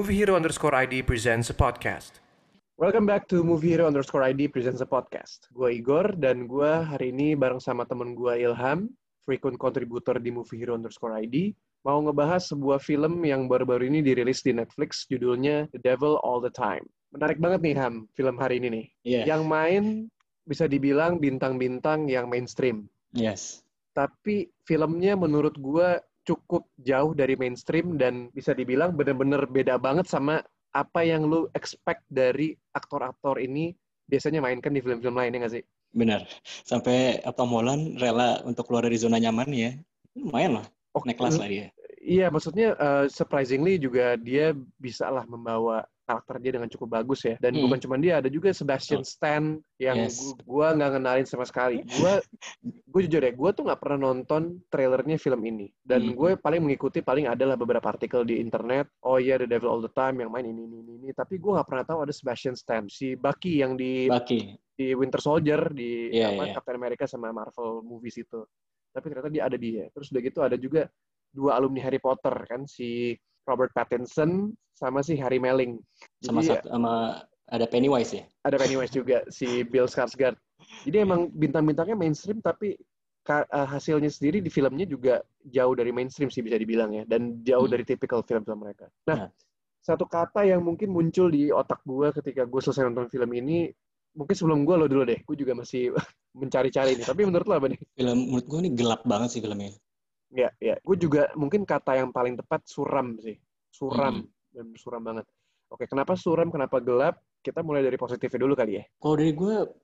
Movie Hero _ID presents a podcast. Welcome back to Movie Hero _ID presents a podcast. Gue Igor dan gue hari ini bareng sama temen gue Ilham, frequent contributor di Movie Hero _ID, mau ngebahas sebuah film yang baru-baru ini dirilis di Netflix, judulnya The Devil All the Time. Menarik banget nih Ham, film hari ini nih. Yeah. Yang main bisa dibilang bintang-bintang yang mainstream. Yes. Tapi filmnya menurut gue cukup jauh dari mainstream dan bisa dibilang benar-benar beda banget sama apa yang lu expect dari aktor-aktor ini biasanya mainkan di film-film lainnya nggak sih? Benar. Sampai Tom Holland rela untuk keluar dari zona nyaman ya. Lumayan lah. Naik kelas lah dia. Iya, maksudnya surprisingly juga dia bisa lah membawa karakter dia dengan cukup bagus ya. Dan bukan cuma dia, ada juga Sebastian Stan yang gue nggak kenalin sama sekali. Gue jujur ya, gue tuh nggak pernah nonton trailernya film ini. Dan gue paling mengikuti adalah beberapa artikel di internet. Oh iya, The Devil All the Time yang main ini. Tapi gue nggak pernah tahu ada Sebastian Stan. Si Bucky yang di Winter Soldier, di Captain America sama Marvel movies itu. Tapi ternyata dia ada dia. Terus udah gitu ada juga dua alumni Harry Potter kan, si Robert Pattinson sama si Harry Melling. Jadi, sama ada Pennywise ya? Ada Pennywise juga, si Bill Skarsgård. Jadi emang bintang-bintangnya mainstream, tapi hasilnya sendiri di filmnya juga jauh dari mainstream sih bisa dibilang ya, dan jauh dari tipikal film-film mereka. Nah, satu kata yang mungkin muncul di otak gue ketika gue selesai nonton film ini, mungkin sebelum gue lo dulu deh, gue juga masih mencari-cari ini. Tapi menurut lo apa nih? Menurut gue ini gelap banget sih filmnya. Ya. Gue juga mungkin kata yang paling tepat suram sih. Suram. Dan suram banget. Oke, kenapa suram, kenapa gelap? Kita mulai dari positifnya dulu kali ya. Kalau dari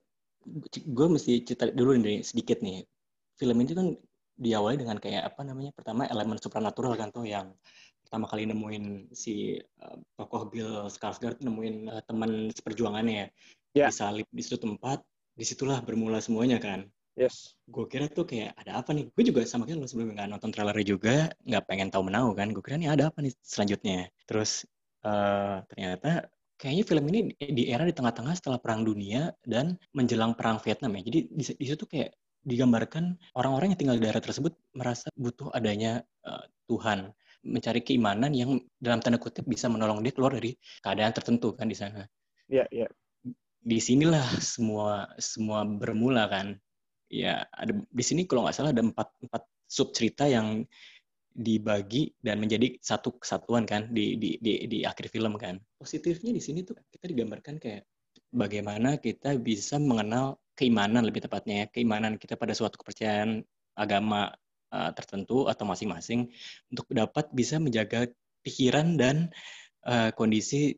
gue mesti cerita dulu nih sedikit nih. Film ini kan diawali dengan kayak pertama elemen supranatural kan tuh yang pertama kali nemuin si tokoh Bill Skarsgård nemuin teman seperjuangannya ya. Disalib di suatu tempat, disitulah bermula semuanya kan. Yes. Gue kira tuh kayak ada apa nih? Gue juga sama kayak lo sebelumnya nggak nonton trailernya juga, nggak pengen tahu menau kan. Gue kira nih ada apa nih selanjutnya. Terus ternyata kayaknya film ini di era di tengah-tengah setelah Perang Dunia dan menjelang Perang Vietnam ya. Jadi di situ kayak digambarkan orang-orang yang tinggal di daerah tersebut merasa butuh adanya Tuhan, mencari keimanan yang dalam tanda kutip bisa menolong dia keluar dari keadaan tertentu kan di sana. Iya. Di sinilah semua bermula kan. Ya, ada di sini kalau nggak salah ada empat sub cerita yang dibagi dan menjadi satu kesatuan kan di akhir film kan. Positifnya di sini tuh kita digambarkan kayak bagaimana kita bisa mengenal keimanan lebih tepatnya ya, keimanan kita pada suatu kepercayaan agama tertentu atau masing-masing untuk dapat bisa menjaga pikiran dan kondisi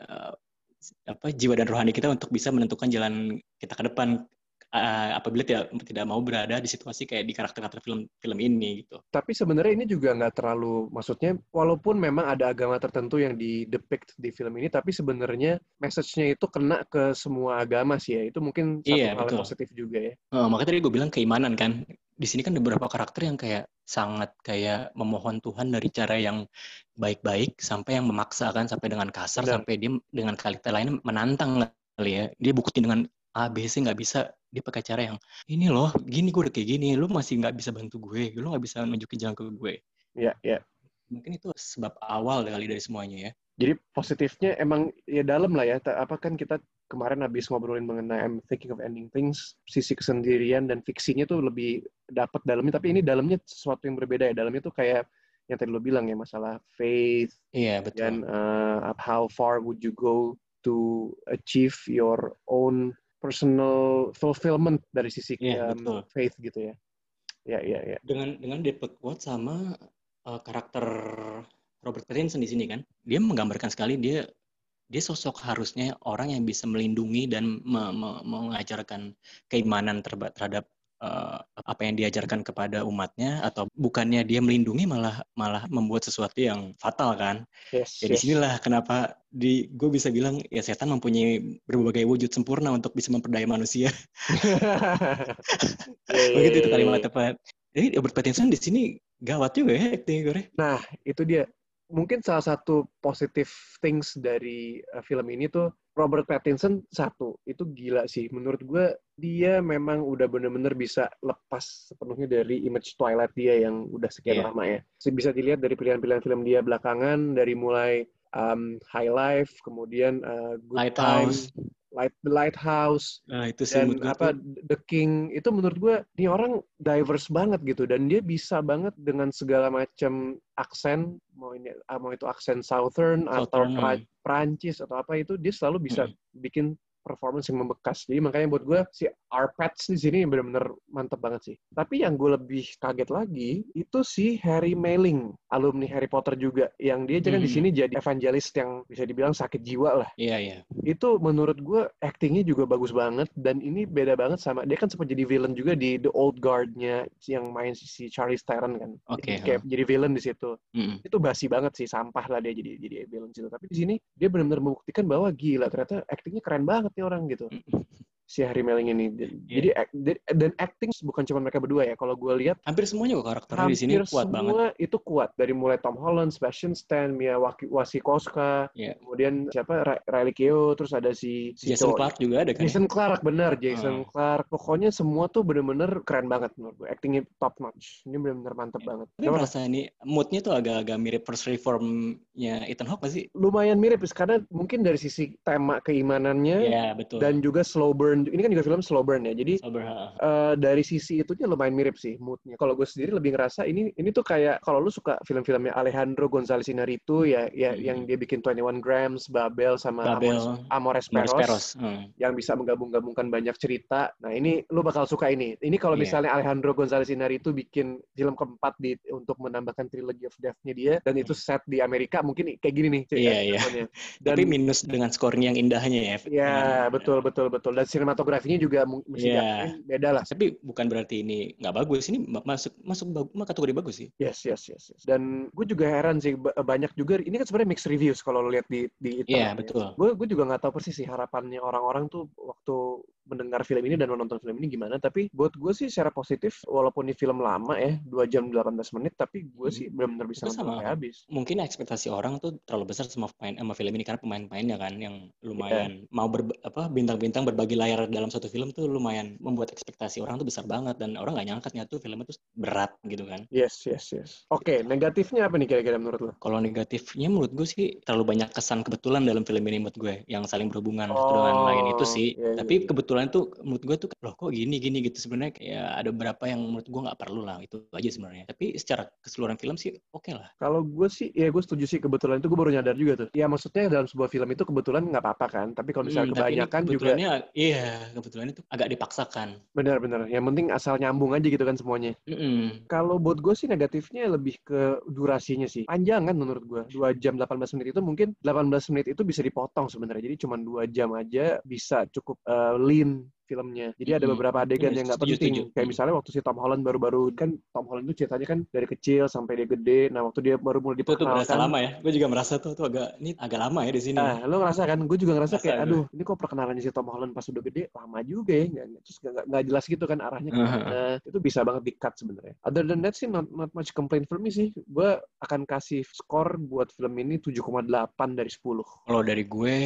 jiwa dan rohani kita untuk bisa menentukan jalan kita ke depan. Apabila tidak mau berada di situasi kayak di karakter-karakter film ini gitu. Tapi sebenarnya ini juga nggak terlalu, maksudnya walaupun memang ada agama tertentu yang di-depict di film ini, tapi sebenarnya message-nya itu kena ke semua agama sih ya. Itu mungkin satu hal yang positif juga ya. Makanya tadi gue bilang keimanan kan. Di sini kan ada beberapa karakter yang kayak sangat kayak memohon Tuhan dari cara yang baik-baik sampai yang memaksa kan, sampai dengan kasar. Benar. Sampai dia dengan kata lain menantang kali ya. Dia buktiin dengan A, B, C nggak bisa, dia pakai cara yang ini loh, gini gue udah kayak gini, lu masih nggak bisa bantu gue, lu nggak bisa nunjukin jalan ke gue. Iya. Mungkin itu sebab awal kali dari semuanya ya. Jadi positifnya emang ya dalam lah ya. Apa kan kita kemarin habis ngobrolin mengenai I'm Thinking of Ending Things, sisi kesendirian dan fiksinya tuh lebih dapat dalamnya, tapi ini dalamnya sesuatu yang berbeda ya. Dalamnya tuh kayak yang tadi lo bilang ya, masalah faith. Iya, betul. Dan how far would you go to achieve your own personal fulfillment dari sisi faith gitu ya. Iya. Dengan diperkuat sama karakter Robert Pattinson di sini kan. Dia menggambarkan sekali dia sosok harusnya orang yang bisa melindungi dan mengajarkan keimanan terhadap apa yang diajarkan kepada umatnya, atau bukannya dia melindungi malah membuat sesuatu yang fatal kan. Jadi sinilah kenapa gue bisa bilang ya setan mempunyai berbagai wujud sempurna untuk bisa memperdaya manusia. Begitu itu kalimat tepat. Jadi Robert Pattinson di sini gawat juga ya acting gue. Nah, itu dia. Mungkin salah satu positive things dari film ini tuh Robert Pattinson itu gila sih. Menurut gue dia memang udah bener-bener bisa lepas sepenuhnya dari image Twilight dia yang udah sekian lama ya. Bisa dilihat dari pilihan-pilihan film dia belakangan, dari mulai High Life, kemudian Good Lighthouse. Time, The Lighthouse, Nah, itu sih dan menurut gue The King. Itu menurut gue nih orang diverse banget gitu, dan dia bisa banget dengan segala macam aksen, mau itu aksen Southern atau Prancis atau apa, itu dia selalu bisa bikin performance yang membekas. Jadi makanya buat gue si Arpets di sini benar-benar mantep banget sih. Tapi yang gue lebih kaget lagi itu si Harry Melling, alumni Harry Potter juga, yang dia kan di sini jadi evangelis yang bisa dibilang sakit jiwa lah. Iya. Itu menurut gue actingnya juga bagus banget, dan ini beda banget sama dia kan sempat jadi villain juga di The Old Guard-nya yang main si Charlize Theron kan. Kayak jadi villain di situ. Itu basi banget sih, sampah lah dia jadi villain situ. Tapi di sini dia benar-benar membuktikan bahwa gila, ternyata actingnya keren banget nih orang gitu. Si Harry Melling ini. Jadi dan acting bukan cuma mereka berdua ya. Kalau gue lihat hampir semuanya kok karakternya di sini kuat banget. Hampir semua itu kuat. Dari mulai Tom Holland, Sebastian Stan, Mia Wasikowska, kemudian siapa Riley Keough, terus ada si Jason Clarke juga ada kan? Jason Clarke, benar. Jason Clarke. Pokoknya semua tuh bener-bener keren banget menurut gue. Actingnya top notch. Ini bener-bener mantep banget. Tapi merasa ini moodnya tuh agak-agak mirip First Reform-nya Ethan Hawke gak sih? Lumayan mirip, karena mungkin dari sisi tema keimanannya betul. Dan juga slow burn. Ini kan juga film slow burn ya. Jadi dari sisi itunya lumayan mirip sih moodnya. Kalau gue sendiri lebih ngerasa ini tuh kayak kalau lu suka film-filmnya Alejandro González Iñárritu yang dia bikin 21 Grams, Babel sama Amores Perros. Yang bisa menggabung-gabungkan banyak cerita. Nah, ini lu bakal suka ini. Ini kalau misalnya Alejandro González Iñárritu bikin film keempat untuk menambahkan Trilogy of Death-nya dia, dan itu set di Amerika, mungkin kayak gini nih. Iya. Tapi minus dengan skornya yang indahnya ya. Iya, betul. Dan sinematografinya juga mesti diakuin beda lah. Tapi bukan berarti ini nggak bagus. Ini masuk kategori bagus sih. Yes. Dan gue juga heran sih, banyak juga. Ini kan sebenarnya mixed reviews kalau lo lihat di internet. Iya, betul. Gue juga nggak tahu persis sih harapannya orang-orang tuh waktu mendengar film ini dan menonton film ini gimana. Tapi buat gue sih secara positif, walaupun ini film lama ya, 2 jam 18 menit, tapi gue sih benar-benar bisa nonton sampai habis. Mungkin ekspektasi orang tuh terlalu besar sama film ini karena pemain-pemainnya kan yang lumayan mau bintang-bintang berbagi layar dalam satu film tuh lumayan membuat ekspektasi orang tuh besar banget, dan orang nggak nyangka tuh filmnya tuh berat gitu kan. Yes. Oke, negatifnya apa nih kira-kira menurut lo? Kalau negatifnya menurut gue sih terlalu banyak kesan kebetulan dalam film ini menurut gue, yang saling berhubungan satu dengan lain itu sih. Tapi kebetulan tuh menurut gue tuh loh kok gini gitu, sebenarnya kayak ada beberapa yang menurut gue nggak perlu lah, itu aja sebenarnya. Tapi secara keseluruhan film sih oke lah. Kalau gue sih gue setuju sih, kebetulan itu gue baru nyadar juga tuh. Ya maksudnya dalam sebuah film itu kebetulan nggak apa-apa kan, tapi kalau misalnya kebanyakan juga kebetulan itu agak dipaksakan. Benar. Yang penting asal nyambung aja gitu kan semuanya. Kalau buat gue sih negatifnya lebih ke durasinya sih. Panjang kan menurut gue. 2 jam 18 menit itu mungkin 18 menit itu bisa dipotong sebenarnya. Jadi cuma 2 jam aja bisa cukup lean filmnya. Jadi ada beberapa adegan yang nggak penting. Kayak misalnya waktu si Tom Holland baru-baru kan, Tom Holland itu ceritanya kan dari kecil sampai dia gede. Nah, waktu dia baru mulai diperkenalkan. Itu berasa lama ya. Gue juga merasa tuh agak lama ya di sini. Lo ngerasa kan? Gue juga ngerasa kayak aduh, ini kok perkenalannya si Tom Holland pas udah gede lama juga ya. Terus nggak jelas gitu kan arahnya kemana. Itu bisa banget di-cut sebenarnya. Other than that sih not much complaint for me sih. Gue akan kasih skor buat film ini 7,8 dari 10. Kalau dari gue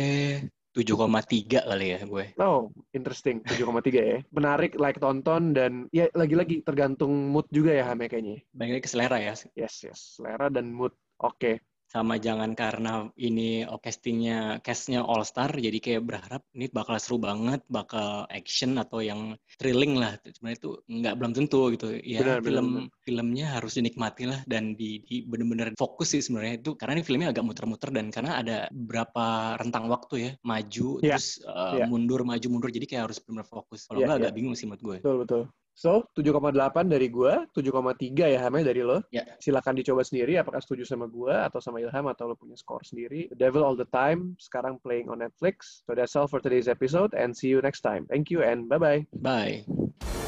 7,3 kali ya gue. Oh, interesting. 7,3 ya. Menarik, like tonton, dan ya lagi-lagi tergantung mood juga ya Hame kayaknya. Baik lagi ke selera ya. Yes. Selera dan mood. Oke. Sama jangan karena ini castnya all star jadi kayak berharap ini bakal seru banget, bakal action atau yang thrilling lah. Sebenarnya itu belum tentu gitu ya. Filmnya harus dinikmati lah, dan di benar-benar fokus sih sebenarnya itu, karena ini filmnya agak muter-muter, dan karena ada berapa rentang waktu ya, maju terus mundur jadi kayak harus benar-benar fokus. Kalau agak bingung sih menurut gue. Betul. So, 7,8 dari gue, 7,3 ya Hame dari lo. Silakan dicoba sendiri apakah setuju sama gue atau sama Ilham, atau lo punya skor sendiri. The Devil All the Time sekarang playing on Netflix. So that's all for today's episode, and see you next time. Thank you and bye-bye. Bye.